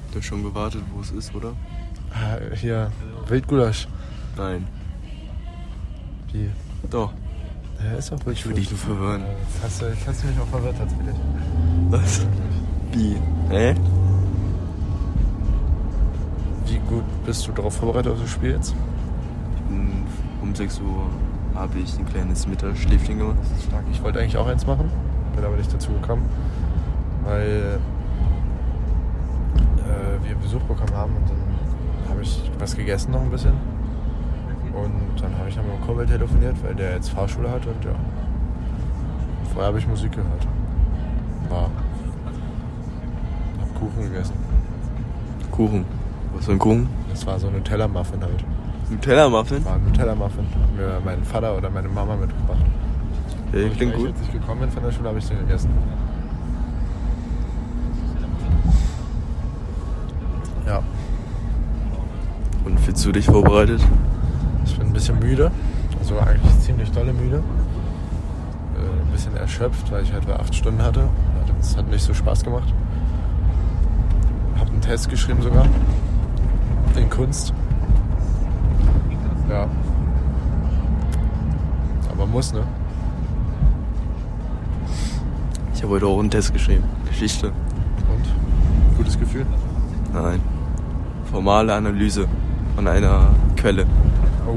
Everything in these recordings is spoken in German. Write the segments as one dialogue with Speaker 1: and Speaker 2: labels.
Speaker 1: Du hast schon gewartet, wo es ist, oder?
Speaker 2: Hier, Wildgulasch.
Speaker 1: Nein.
Speaker 2: Wie?
Speaker 1: Doch.
Speaker 2: Ja, ist auch Wildgulasch.
Speaker 1: Ich will dich nur verwirren.
Speaker 2: Jetzt hast du mich auch verwirrt, tatsächlich.
Speaker 1: Was? Wie? Hä?
Speaker 2: Wie gut bist du darauf vorbereitet auf das Spiel jetzt?
Speaker 1: Um 6 Uhr habe ich ein kleines Mittagsschläfchen gemacht.
Speaker 2: Das ist stark. Ich wollte eigentlich auch eins machen, bin aber nicht dazu gekommen, weil wir Besuch bekommen haben und dann habe ich was gegessen noch ein bisschen und dann habe ich mit meinem Kumpel telefoniert, weil der jetzt Fahrschule hat und ja, vorher habe ich Musik gehört. Hab Kuchen gegessen.
Speaker 1: Kuchen? Was für ein Kuchen?
Speaker 2: Das war so ein Nutella-Muffin halt.
Speaker 1: Nutella-Muffin?
Speaker 2: War ein Nutella-Muffin. Hat mir mein Vater oder meine Mama mitgebracht.
Speaker 1: Okay, klingt gut.
Speaker 2: Als ich gekommen bin von der Schule, habe ich den gegessen. Ja.
Speaker 1: Und fühlst du dich vorbereitet?
Speaker 2: Ich bin ein bisschen müde. Also eigentlich ziemlich dolle müde. Ein bisschen erschöpft, weil ich halt 8 Stunden hatte. Das hat nicht so Spaß gemacht. Hab einen Test geschrieben sogar. In Kunst. Ja. Aber muss, ne?
Speaker 1: Ich habe heute auch einen Test geschrieben. Geschichte.
Speaker 2: Und? Gutes Gefühl?
Speaker 1: Nein. Formale Analyse von einer Quelle.
Speaker 2: Oh.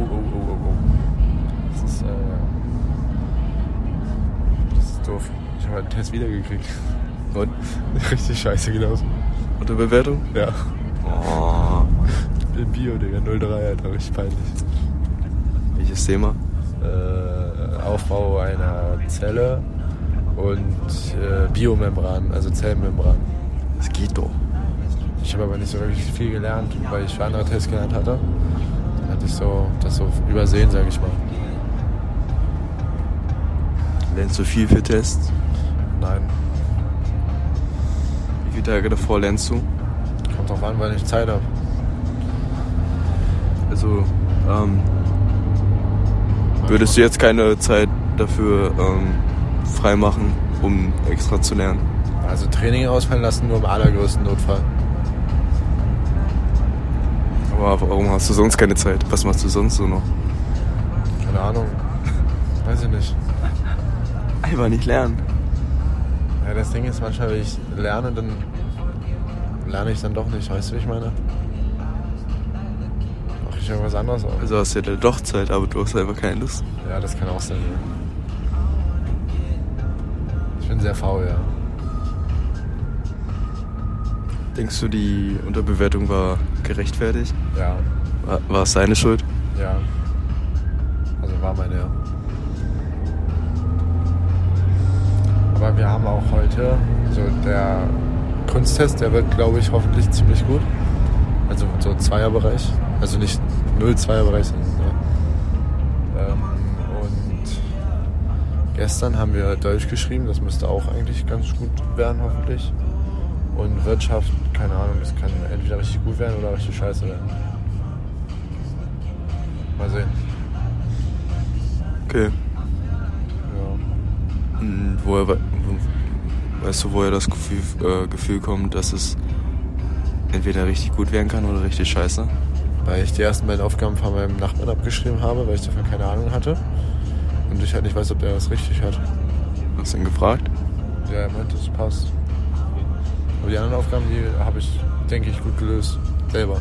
Speaker 2: Das ist doof. Ich habe einen Test wiedergekriegt.
Speaker 1: Und?
Speaker 2: Richtig scheiße gelaufen.
Speaker 1: Und eine Bewertung?
Speaker 2: Ja.
Speaker 1: Oh.
Speaker 2: In Bio, Digga. 0,3, Alter. Richtig peinlich.
Speaker 1: Welches Thema?
Speaker 2: Aufbau einer Zelle und Biomembran, also Zellmembran.
Speaker 1: Das geht doch.
Speaker 2: Ich habe aber nicht so wirklich viel gelernt, weil ich für andere Tests gelernt hatte. Dann hatte ich das so übersehen, sage ich mal.
Speaker 1: Lernst du viel für Tests?
Speaker 2: Nein.
Speaker 1: Wie viele Tage davor lernst du?
Speaker 2: Kommt drauf an, weil ich Zeit habe.
Speaker 1: Also, würdest du jetzt keine Zeit dafür freimachen, um extra zu lernen?
Speaker 2: Also Training ausfallen lassen, nur im allergrößten Notfall.
Speaker 1: Aber warum hast du sonst keine Zeit? Was machst du sonst so noch?
Speaker 2: Keine Ahnung. Weiß ich nicht.
Speaker 1: Einfach nicht lernen.
Speaker 2: Ja, das Ding ist, manchmal, wenn ich lerne, dann lerne ich dann doch nicht. Weißt du, wie ich meine? Mache ich irgendwas anderes auch.
Speaker 1: Also hast du ja doch Zeit, aber du hast einfach keine Lust.
Speaker 2: Ja, das kann auch sein. Ja. Ich bin sehr faul, ja.
Speaker 1: Denkst du, die Unterbewertung war gerechtfertigt?
Speaker 2: Ja.
Speaker 1: War es seine Schuld?
Speaker 2: Ja. Also war meine, ja. Aber wir haben auch heute, so der Kunsttest, der wird, glaube ich, hoffentlich ziemlich gut. Also so Zweierbereich. Also nicht 0-2er-Bereich, sondern, ja. Und gestern haben wir Deutsch geschrieben, das müsste auch eigentlich ganz gut werden, hoffentlich. Und Wirtschaft, keine Ahnung, das kann entweder richtig gut werden oder richtig scheiße werden. Mal sehen.
Speaker 1: Okay.
Speaker 2: Ja.
Speaker 1: Und weißt du, woher das Gefühl kommt, dass es entweder richtig gut werden kann oder richtig scheiße?
Speaker 2: Weil ich die ersten beiden Aufgaben von meinem Nachbarn abgeschrieben habe, weil ich davon keine Ahnung hatte. Und ich halt nicht weiß, ob der das richtig hat.
Speaker 1: Hast du ihn gefragt?
Speaker 2: Ja, er meinte, es passt. Aber die anderen Aufgaben, die habe ich, denke ich, gut gelöst. Selber.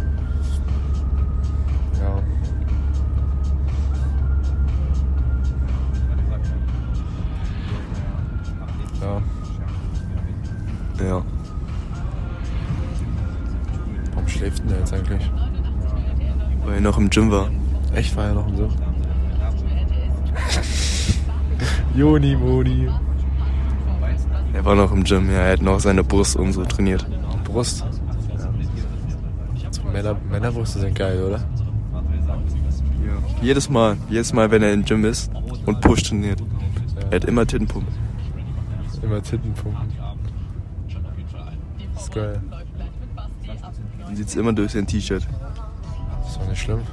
Speaker 2: Ja. Ja.
Speaker 1: Ja.
Speaker 2: Warum schläft denn der jetzt eigentlich?
Speaker 1: Weil er noch im Gym war.
Speaker 2: Echt, war er noch im Sinn? Joni, Moni.
Speaker 1: Er war noch im Gym, ja. Er hat noch seine Brust und so trainiert.
Speaker 2: Brust. Ja. So Männerbrüste sind geil, oder?
Speaker 1: Ja. Jedes Mal, wenn er im Gym ist und Push trainiert.
Speaker 2: Ja.
Speaker 1: Er hat immer Tittenpumpen.
Speaker 2: Immer Tittenpumpen. Das ist geil.
Speaker 1: Man sieht's immer durch sein T-Shirt.
Speaker 2: Das ist doch nicht schlimm.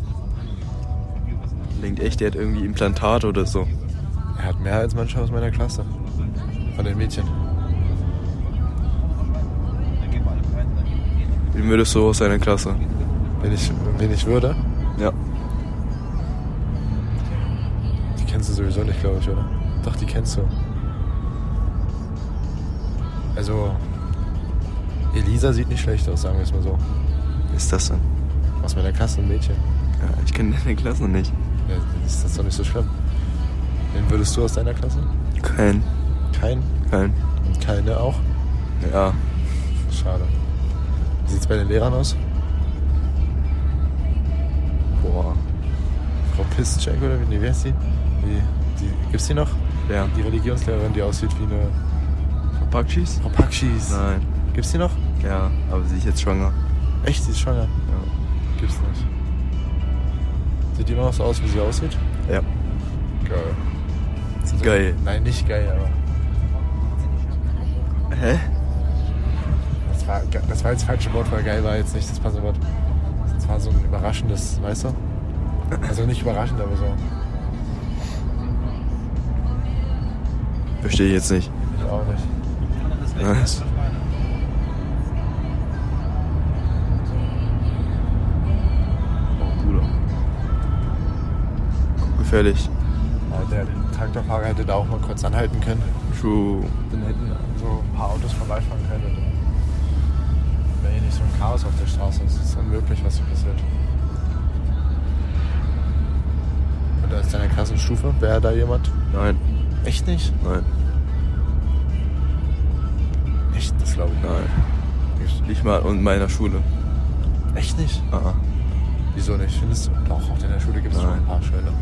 Speaker 1: Denkt echt, er hat irgendwie Implantate oder so.
Speaker 2: Er hat mehr als manche aus meiner Klasse. Von den Mädchen.
Speaker 1: Wen würdest du aus deiner Klasse?
Speaker 2: Wen ich würde?
Speaker 1: Ja.
Speaker 2: Die kennst du sowieso nicht, glaube ich, oder? Doch, die kennst du. Also, Elisa sieht nicht schlecht aus, sagen wir es mal so.
Speaker 1: Wer ist das denn?
Speaker 2: Aus meiner Klasse, ein Mädchen.
Speaker 1: Ja, ich kenne deine Klasse nicht.
Speaker 2: Ja, ist das doch nicht so schlimm. Wen würdest du aus deiner Klasse?
Speaker 1: Kein.
Speaker 2: Kein?
Speaker 1: Kein.
Speaker 2: Und keine auch?
Speaker 1: Ja.
Speaker 2: Schade. Wie sieht's bei den Lehrern aus?
Speaker 1: Boah.
Speaker 2: Frau Piszczek oder wie? Nee, wie heißt die? Gibt's die noch?
Speaker 1: Ja.
Speaker 2: Die Religionslehrerin, die aussieht wie eine...
Speaker 1: Frau Pakschis?
Speaker 2: Frau Pakschis.
Speaker 1: Nein.
Speaker 2: Gibt's die noch?
Speaker 1: Ja, aber sie ist jetzt schwanger.
Speaker 2: Echt? Sie ist schwanger?
Speaker 1: Ja.
Speaker 2: Gibt's nicht. Sieht die immer noch so aus, wie sie aussieht?
Speaker 1: Ja.
Speaker 2: Geil.
Speaker 1: Geil.
Speaker 2: Nein, nicht geil, aber...
Speaker 1: Hä?
Speaker 2: Das war jetzt das falsche Wort, weil geil war jetzt nicht das passende Wort. Das war so ein überraschendes, weißt du? Also nicht überraschend, aber so.
Speaker 1: Verstehe ich jetzt nicht.
Speaker 2: Ich auch nicht.
Speaker 1: Was? Oh, Bruder. Gefährlich.
Speaker 2: Ja, der Traktorfahrer hätte da auch mal kurz anhalten können.
Speaker 1: True.
Speaker 2: Dann hätten so ein paar Autos vorbeifahren können. Und dann wäre hier nicht so ein Chaos auf der Straße. Es ist unmöglich, was hier passiert. Und da ist deine Klassenstufe. Wäre da jemand?
Speaker 1: Nein.
Speaker 2: Echt nicht?
Speaker 1: Nein.
Speaker 2: Echt? Das glaube ich.
Speaker 1: Nein. Nicht mal in meiner Schule.
Speaker 2: Echt nicht?
Speaker 1: Ah.
Speaker 2: Wieso nicht? Findest du? Doch, auf deiner Schule gibt es schon ein paar schöne.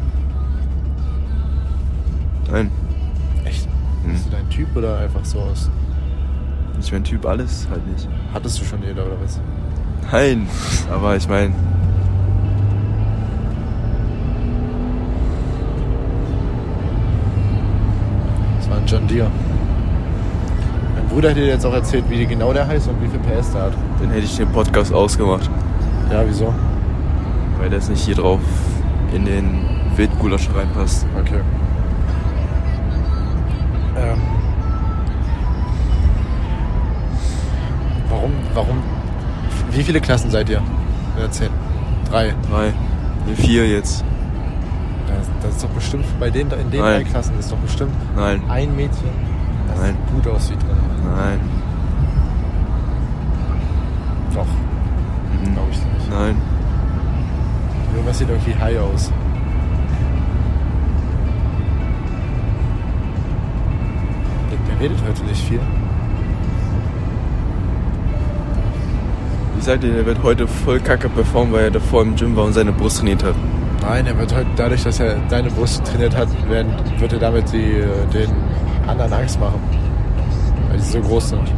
Speaker 1: Nein.
Speaker 2: Echt? Bist du dein Typ oder einfach so aus?
Speaker 1: Nicht mein Typ, alles halt nicht.
Speaker 2: Hattest du schon jeder oder was?
Speaker 1: Nein. Aber ich meine...
Speaker 2: Das war ein John Deere. Mein Bruder hat dir jetzt auch erzählt, wie genau der heißt und wie viel PS der hat.
Speaker 1: Dann hätte ich den Podcast ausgemacht.
Speaker 2: Ja, wieso?
Speaker 1: Weil der jetzt nicht hier drauf in den Wildgulasch reinpasst.
Speaker 2: Okay. Warum? Wie viele Klassen seid ihr? In der 10? 3?
Speaker 1: 3. Nee, 4 jetzt.
Speaker 2: Das ist doch bestimmt, in den 3 Klassen ist doch bestimmt ein Mädchen, das gut aussieht drin.
Speaker 1: Nein.
Speaker 2: Doch. Glaube ich nicht.
Speaker 1: Nein.
Speaker 2: Jonas sieht irgendwie high aus. Der redet heute nicht viel.
Speaker 1: Ich sagte, der wird heute voll kacke performen, weil er davor im Gym war und seine Brust trainiert hat.
Speaker 2: Nein, er wird heute, dadurch, dass er deine Brust trainiert hat, wird er damit den anderen Angst machen. Weil sie so groß sind.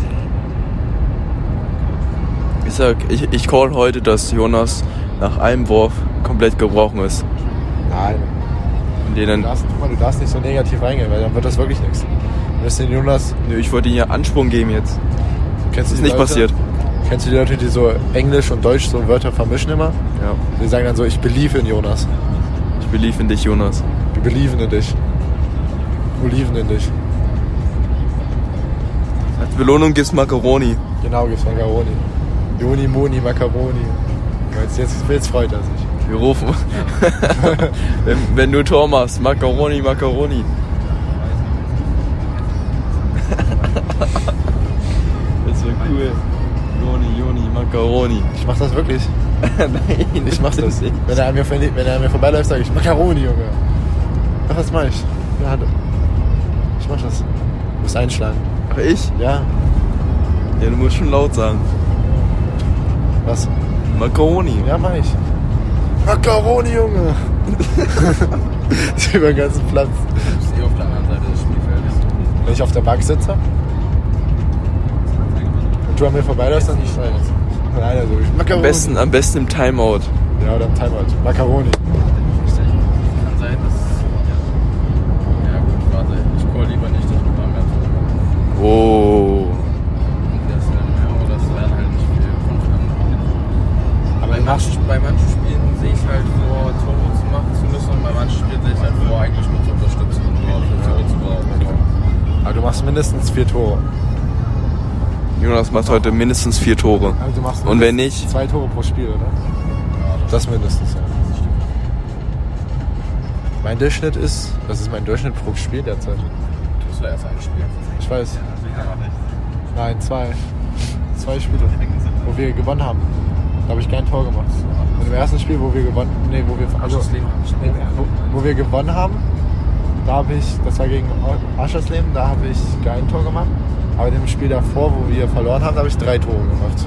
Speaker 1: Ich sag, ich call heute, dass Jonas nach einem Wurf komplett gebrochen ist.
Speaker 2: Nein.
Speaker 1: Und du
Speaker 2: darfst nicht so negativ reingehen, weil dann wird das wirklich nichts. Du wirst den Jonas...
Speaker 1: Nö, ich wollte ihm ja Ansprung geben jetzt. Das ist nicht passiert.
Speaker 2: Kennst du die Leute, die so Englisch und Deutsch so Wörter vermischen immer?
Speaker 1: Ja.
Speaker 2: Die sagen dann so, ich believe in Jonas.
Speaker 1: Ich believe in dich, Jonas.
Speaker 2: Wir believen in dich. Oliven in dich.
Speaker 1: Als Belohnung gibt's Macaroni.
Speaker 2: Genau, gibt's Macaroni. Joni, Moni, Macaroni. Jetzt freut er sich.
Speaker 1: Wir rufen. Ja. wenn du Tor machst, Macaroni, Macaroni. Das wäre cool. Joni, Macaroni.
Speaker 2: Ich mach das wirklich.
Speaker 1: Nein,
Speaker 2: ich mach das. Wenn er an mir vorbeiläuft, sage ich Macaroni, Junge. Ach, das mach ich. Ja, ich mach das. Du musst einschlagen.
Speaker 1: Ach, ich?
Speaker 2: Ja.
Speaker 1: Ja, du musst schon laut sagen.
Speaker 2: Was?
Speaker 1: Macaroni.
Speaker 2: Ja, mach ich. Macaroni, Junge. Das ist über den ganzen Platz.
Speaker 3: Ich stehe auf der anderen Seite des Spielfeldes.
Speaker 2: Wenn ich auf der Bank sitze und du an mir vorbeiläufst, dann nicht rein. Nein, also ich Macaroni.
Speaker 1: Am besten im Timeout.
Speaker 2: Ja, oder im Timeout. Macaroni.
Speaker 3: Kann sein, dass... Ja gut, warte. Ich call lieber nicht, dass du beim Ganzen...
Speaker 1: Oh.
Speaker 3: Das wären halt nicht viel 5 Stunden. Aber bei manchen Spielen sehe ich halt vor, Tore zu machen zu müssen und bei manchen Spielen sehe ich halt vor, eigentlich nur zu unterstützen und nur für Tore zu brauchen.
Speaker 2: Okay. Aber du machst mindestens 4 Tore.
Speaker 1: Jonas macht heute mindestens 4 Tore.
Speaker 2: Also du machst
Speaker 1: und wenn nicht...
Speaker 2: 2 Tore pro Spiel, oder? Das mindestens, ja. Mein Durchschnitt ist... Das ist mein Durchschnitt pro Spiel derzeit.
Speaker 3: Du hast ja erst ein Spiel.
Speaker 2: Ich weiß. Nein, 2. 2 Spiele, wo wir gewonnen haben. Da habe ich kein Tor gemacht. Und im ersten Spiel, wo wir gewonnen... Nee, wo wir gewonnen haben, da habe ich... Das war gegen Aschersleben, da habe ich kein Tor gemacht. Aber in dem Spiel davor, wo wir verloren haben, da habe ich 3 Tore gemacht.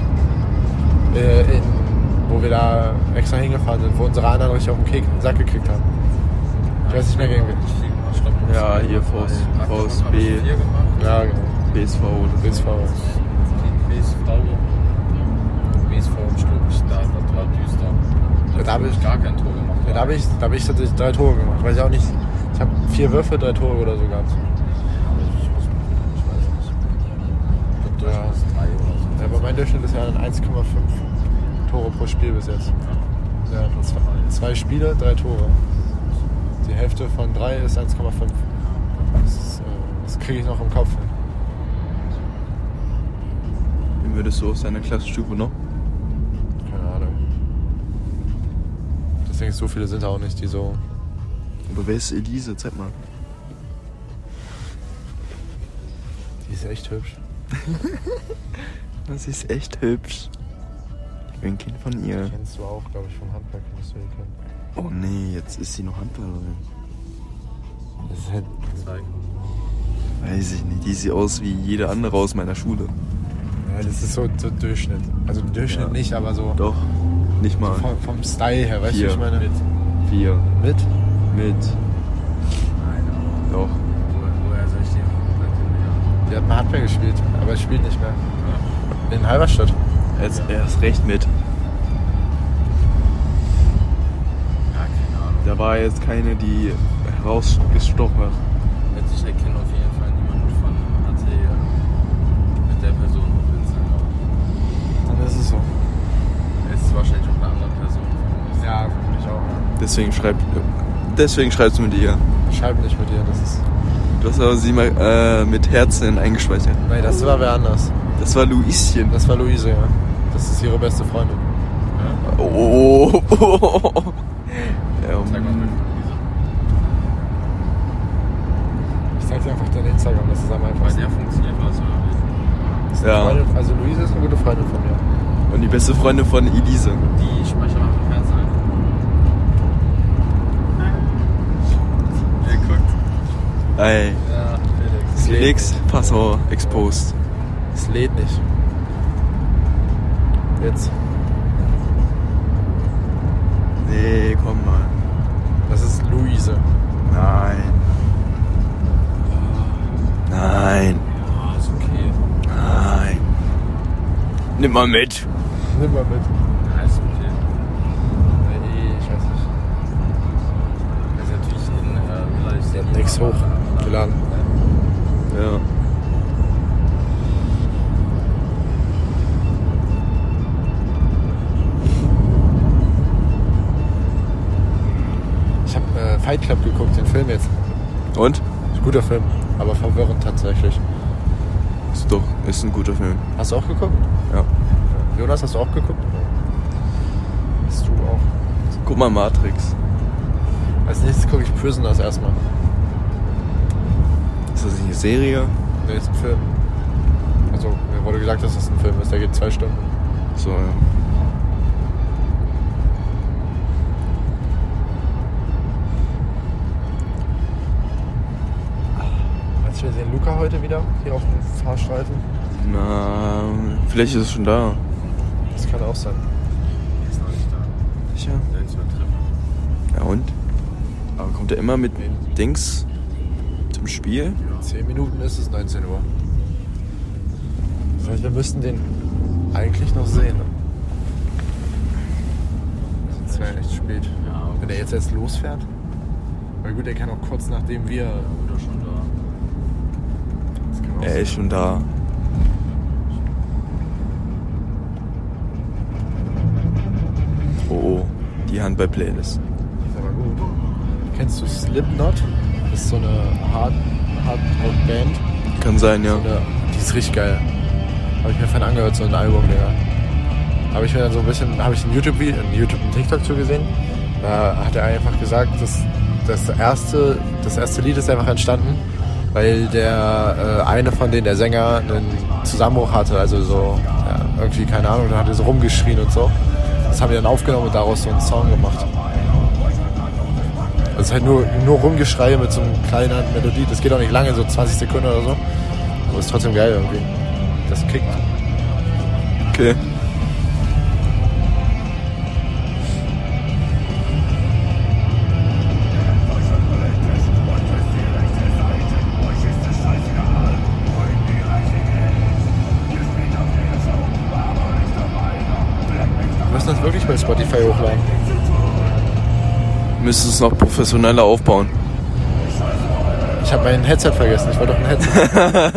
Speaker 2: Wo wir da extra hingefahren sind, wo unsere anderen richtig auf den Sack gekriegt haben. Ich weiß nicht mehr gegen wen.
Speaker 1: Ja, hier VSB.
Speaker 2: Ja, genau.
Speaker 1: BSV oder
Speaker 2: BSV.
Speaker 3: BSV bestimmt, da war düster.
Speaker 2: Da habe ich
Speaker 3: gar kein Tor gemacht.
Speaker 2: Ja, da habe ich tatsächlich 3 Tore gemacht. Weiß ich auch nicht. Ich habe 4 Würfe, 3 Tore oder so gehabt. Ja, aber mein Durchschnitt ist ja dann 1,5 Tore pro Spiel bis jetzt. Ja, 2 Spiele, 3 Tore. Die Hälfte von 3 ist 1,5. Das kriege ich noch im Kopf.
Speaker 1: Wen würdest du aus deiner Klassenstufe noch?
Speaker 2: Keine Ahnung. Deswegen so viele sind da auch nicht, die so...
Speaker 1: Aber wer ist Elise? Zeig mal.
Speaker 2: Die ist echt hübsch.
Speaker 1: Das ist echt hübsch. Ich bin ein Kind von ihr.
Speaker 2: Kennst du auch, glaube ich, vom Handball, kennst du die kennen.
Speaker 1: Oh nee, jetzt ist sie noch Handballerin.
Speaker 2: Das ist halt...
Speaker 1: Weiß ich nicht, die sieht aus wie jede andere aus meiner Schule.
Speaker 2: Ja, das ist so Durchschnitt. Also Durchschnitt nicht, aber so...
Speaker 1: Doch, nicht mal.
Speaker 2: Vom Style her, weißt du, ich meine...
Speaker 1: 4.
Speaker 2: Mit?
Speaker 1: Mit. Doch.
Speaker 3: Woher soll ich den?
Speaker 2: Die hat mal Handball gespielt, aber spielt nicht mehr. Ja. In Halberstadt.
Speaker 1: Jetzt erst recht mit.
Speaker 3: Ja, keine Ahnung.
Speaker 1: Da war jetzt keine, die herausgestochen hat.
Speaker 3: Ich erkenne auf jeden Fall niemanden von AT mit der Person auf Instagram.
Speaker 2: Dann ist es so.
Speaker 3: Es ist wahrscheinlich auch eine andere Person.
Speaker 2: Ja, für mich auch.
Speaker 1: Deswegen schreibst du mit ihr.
Speaker 2: Schreib nicht mit ihr, das ist...
Speaker 1: Du hast aber sie mal mit Herzen eingespeichert.
Speaker 2: Nein, das war wer anders.
Speaker 1: Das war Luischen.
Speaker 2: Das war Luise, ja. Das ist ihre beste Freundin.
Speaker 1: Ja? Oh. Ja,
Speaker 3: Sag mal mit Luise.
Speaker 2: Ich zeig dir einfach dein Instagram, das ist am
Speaker 3: Bei
Speaker 2: einfachsten.
Speaker 3: der funktioniert was, oder wie?
Speaker 1: Ja.
Speaker 2: Also Luise ist eine gute Freundin von mir.
Speaker 1: Und die beste Freundin von Elise.
Speaker 3: Die sprechen mal mit Herzen ein. Wer guckt?
Speaker 1: Ey.
Speaker 3: Ja, Felix.
Speaker 1: Felix, Passau, exposed.
Speaker 2: Es lädt nicht. Jetzt.
Speaker 1: Nee, komm mal.
Speaker 2: Das ist Luise.
Speaker 1: Nein. Nein.
Speaker 3: Ja, ist okay.
Speaker 1: Nein. Nimm mal mit.
Speaker 2: Nimm mal mit.
Speaker 3: Ja, ist okay.
Speaker 2: Nee, ich weiß nicht.
Speaker 3: Das ist natürlich in Real
Speaker 2: Sie hat nichts hochgeladen.
Speaker 1: Ja.
Speaker 2: Ich habe Fight Club geguckt, den Film jetzt.
Speaker 1: Und?
Speaker 2: Ist ein guter Film, aber verwirrend tatsächlich.
Speaker 1: Ist ein guter Film.
Speaker 2: Hast du auch geguckt?
Speaker 1: Ja.
Speaker 2: Jonas, hast du auch geguckt? Hast du auch?
Speaker 1: Guck mal Matrix.
Speaker 2: Als nächstes gucke ich Prisoners erstmal.
Speaker 1: Ist das nicht eine Serie?
Speaker 2: Der ist ein Film. Also, mir wurde gesagt, dass das ein Film ist. Der geht 2 Stunden.
Speaker 1: So, ja.
Speaker 2: Meinst du, wir sehen Luca heute wieder hier auf dem Fahrstreifen?
Speaker 1: Na, vielleicht ist es schon da.
Speaker 2: Das kann auch sein.
Speaker 3: Der ist noch nicht da.
Speaker 1: Sicher?
Speaker 3: Der ist mit Treffen.
Speaker 1: Ja und? Aber kommt er immer mit Dings zum Spiel?
Speaker 2: In 10 Minuten ist es 19 Uhr. Das heißt, wir müssten den eigentlich noch sehen. Ne? Das wäre echt spät.
Speaker 3: Ja,
Speaker 2: Wenn der jetzt losfährt. Weil gut, der kann auch kurz nachdem wir...
Speaker 3: oder schon da.
Speaker 2: Das kann auch
Speaker 1: Er
Speaker 2: sein.
Speaker 1: ist schon da. Oh, die Handball-Playlist.
Speaker 2: Die ist aber gut. Kennst du Slipknot? Das ist so eine Hard-Rock-Band.
Speaker 1: Kann sein, ja.
Speaker 2: Die ist richtig geil. Habe ich mir vorhin angehört, so ein Album, Digga. Habe ich mir dann so ein bisschen, einen TikTok zugesehen. Da hat er einfach gesagt, dass das erste Lied ist einfach entstanden, weil der eine von denen, der Sänger, einen Zusammenbruch hatte, also so, ja, irgendwie, keine Ahnung, dann hat er so rumgeschrien und so. Das haben wir dann aufgenommen und daraus so einen Song gemacht. Das ist halt nur Rumgeschrei mit so einer kleinen Melodie. Das geht auch nicht lange, so 20 Sekunden oder so. Aber ist trotzdem geil irgendwie. Das kickt.
Speaker 1: Okay.
Speaker 2: Wir müssen das wirklich bei Spotify hochladen.
Speaker 1: Müsstest es noch professioneller aufbauen.
Speaker 2: Ich habe mein Headset vergessen. Ich wollte doch ein Headset.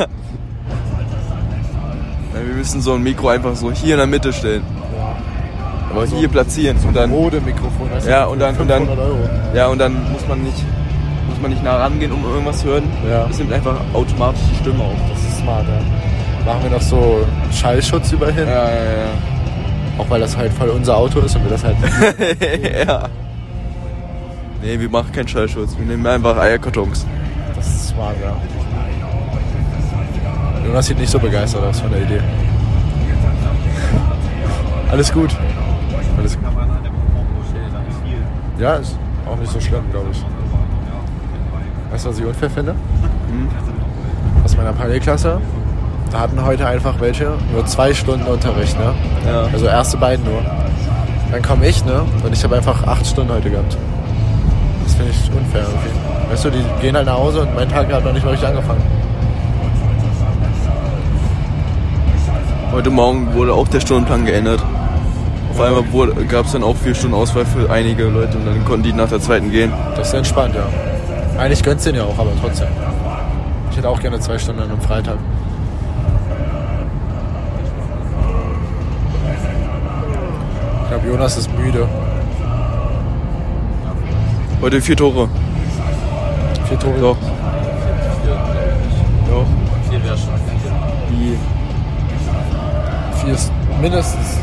Speaker 1: Ja, wir müssen so ein Mikro einfach so hier in der Mitte stellen.
Speaker 2: Ja.
Speaker 1: Aber
Speaker 2: so
Speaker 1: hier platzieren. Und dann,
Speaker 2: Modemikrofon.
Speaker 1: ja, und dann
Speaker 2: 500 Euro.
Speaker 1: Ja, und dann muss man nicht nah rangehen, um irgendwas zu hören.
Speaker 2: Ja.
Speaker 1: Es nimmt einfach automatisch die Stimme auf.
Speaker 2: Das ist smart, ja. Machen wir noch so Schallschutz überhin.
Speaker 1: Ja.
Speaker 2: Auch weil das halt voll unser Auto ist und wir das halt...
Speaker 1: Ja. Nee, wir machen keinen Schallschutz. Wir nehmen einfach Eierkartons.
Speaker 2: Das ist smart, ja. Jonas sieht nicht so begeistert aus von der Idee. Alles gut. Alles gut. Ja, ist auch nicht so schlimm, glaube ich. Weißt du, was ich unfair finde? Aus meiner Parallelklasse, da hatten heute einfach welche nur 2 Stunden Unterricht, ne?
Speaker 1: Ja.
Speaker 2: Also erste beiden nur. Dann komme ich, ne? Und ich habe einfach 8 Stunden heute gehabt. Das finde ich unfair irgendwie. Weißt du, die gehen halt nach Hause und mein Tag hat noch nicht mal richtig angefangen.
Speaker 1: Heute Morgen wurde auch der Stundenplan geändert. Auf einmal gab es dann auch 4 Stunden Auswahl für einige Leute und dann konnten die nach der zweiten gehen.
Speaker 2: Das ist entspannt, ja. Eigentlich gönn's den ja auch, aber trotzdem. Ich hätte auch gerne 2 Stunden an einem Freitag. Ich glaube, Jonas ist müde.
Speaker 1: Heute 4 Tore.
Speaker 2: 4 Tore?
Speaker 1: Doch.
Speaker 3: 4 wäre schon 4.
Speaker 2: 4 ist mindestens.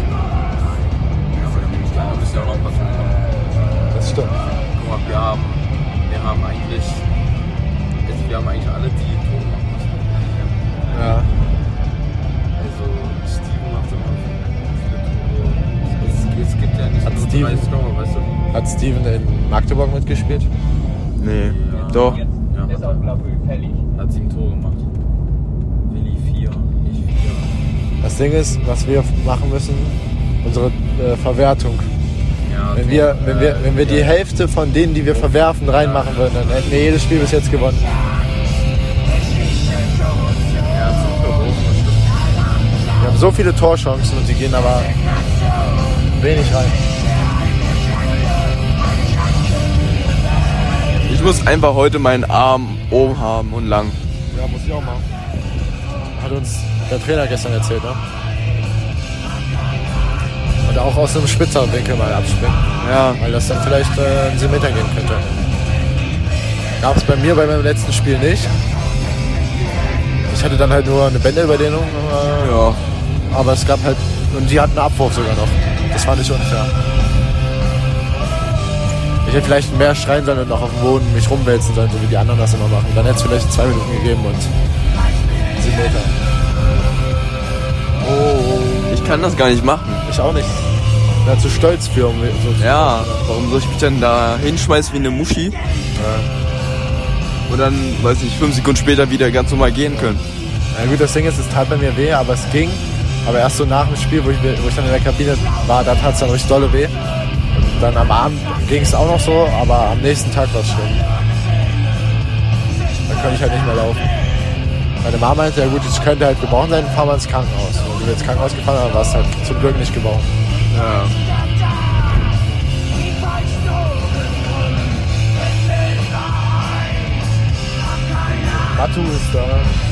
Speaker 3: Da müssen ja auch noch ein paar Tore haben.
Speaker 2: Das stimmt.
Speaker 3: Guck mal, wir haben eigentlich alle, die Tore machen müssen.
Speaker 2: Ja.
Speaker 3: Also Steven macht immer viele Tore. Es gibt ja nicht
Speaker 2: Hat
Speaker 3: nur
Speaker 2: Steven-
Speaker 3: 30 Tore, weißt du?
Speaker 2: Hat Steven in Magdeburg mitgespielt?
Speaker 1: Nee.
Speaker 3: Ja.
Speaker 1: Doch.
Speaker 3: Ja. Hat 7 Tore gemacht. Willi 4, ich 4.
Speaker 2: Das Ding ist, was wir machen müssen, unsere Verwertung.
Speaker 3: Ja,
Speaker 2: Wenn wir die Hälfte von denen, die wir verwerfen, reinmachen würden, dann hätten wir jedes Spiel bis jetzt gewonnen.
Speaker 3: Ja, super groß, das stimmt.
Speaker 2: Wir haben so viele Torchancen und die gehen aber wenig rein.
Speaker 1: Ich muss einfach heute meinen Arm oben haben und lang.
Speaker 2: Ja, muss ich auch machen. Hat uns der Trainer gestern erzählt, ne? Und auch aus einem spitzeren Winkel mal abspringen.
Speaker 1: Ja.
Speaker 2: Weil das dann vielleicht einen Meter gehen könnte. Gab es bei mir bei meinem letzten Spiel nicht. Ich hatte dann halt nur eine Bänderüberdehnung.
Speaker 1: Ja.
Speaker 2: Aber es gab halt... Und die hatten einen Abwurf sogar noch. Das war nicht unfair. Ich hätte vielleicht mehr schreien sollen und noch auf dem Boden mich rumwälzen sollen, so wie die anderen das immer machen. Dann hätte es vielleicht 2 Minuten gegeben und 7 Meter. Oh.
Speaker 1: Ich kann das gar nicht machen.
Speaker 2: Ich auch nicht. Ich bin zu stolz für, um so zu
Speaker 1: Ja. Warum soll ich mich dann da hinschmeißen wie eine Muschi? Und dann, weiß ich, 5 Sekunden später wieder ganz normal gehen können.
Speaker 2: Na gut, das Ding ist, es tat bei mir weh, aber es ging. Aber erst so nach dem Spiel, wo ich dann in der Kabine war, da tat es dann richtig dolle weh. Und dann am Abend ging es auch noch so, aber am nächsten Tag war es schlimm. Dann konnte ich halt nicht mehr laufen. Meine Mama meinte, ja gut, ich könnte halt gebrochen sein, fahren wir ins Krankenhaus. Und wenn wir ins Krankenhaus gefahren haben, war es halt zum Glück nicht gebrochen.
Speaker 1: Ja.
Speaker 2: Matu ist da.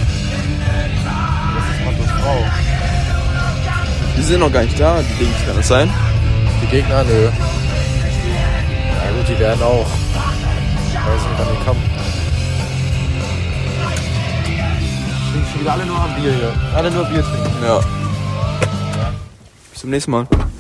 Speaker 2: Das ist Matus Frau.
Speaker 1: Die sind noch gar nicht da, die Dings, kann das sein?
Speaker 2: Die Gegner, nö. Ja gut, die werden auch. Ich weiß nicht, wann die kommen. Trinken schon wieder alle nur am Bier hier. Alle nur Bier trinken.
Speaker 1: Ja. zum nächsten Mal.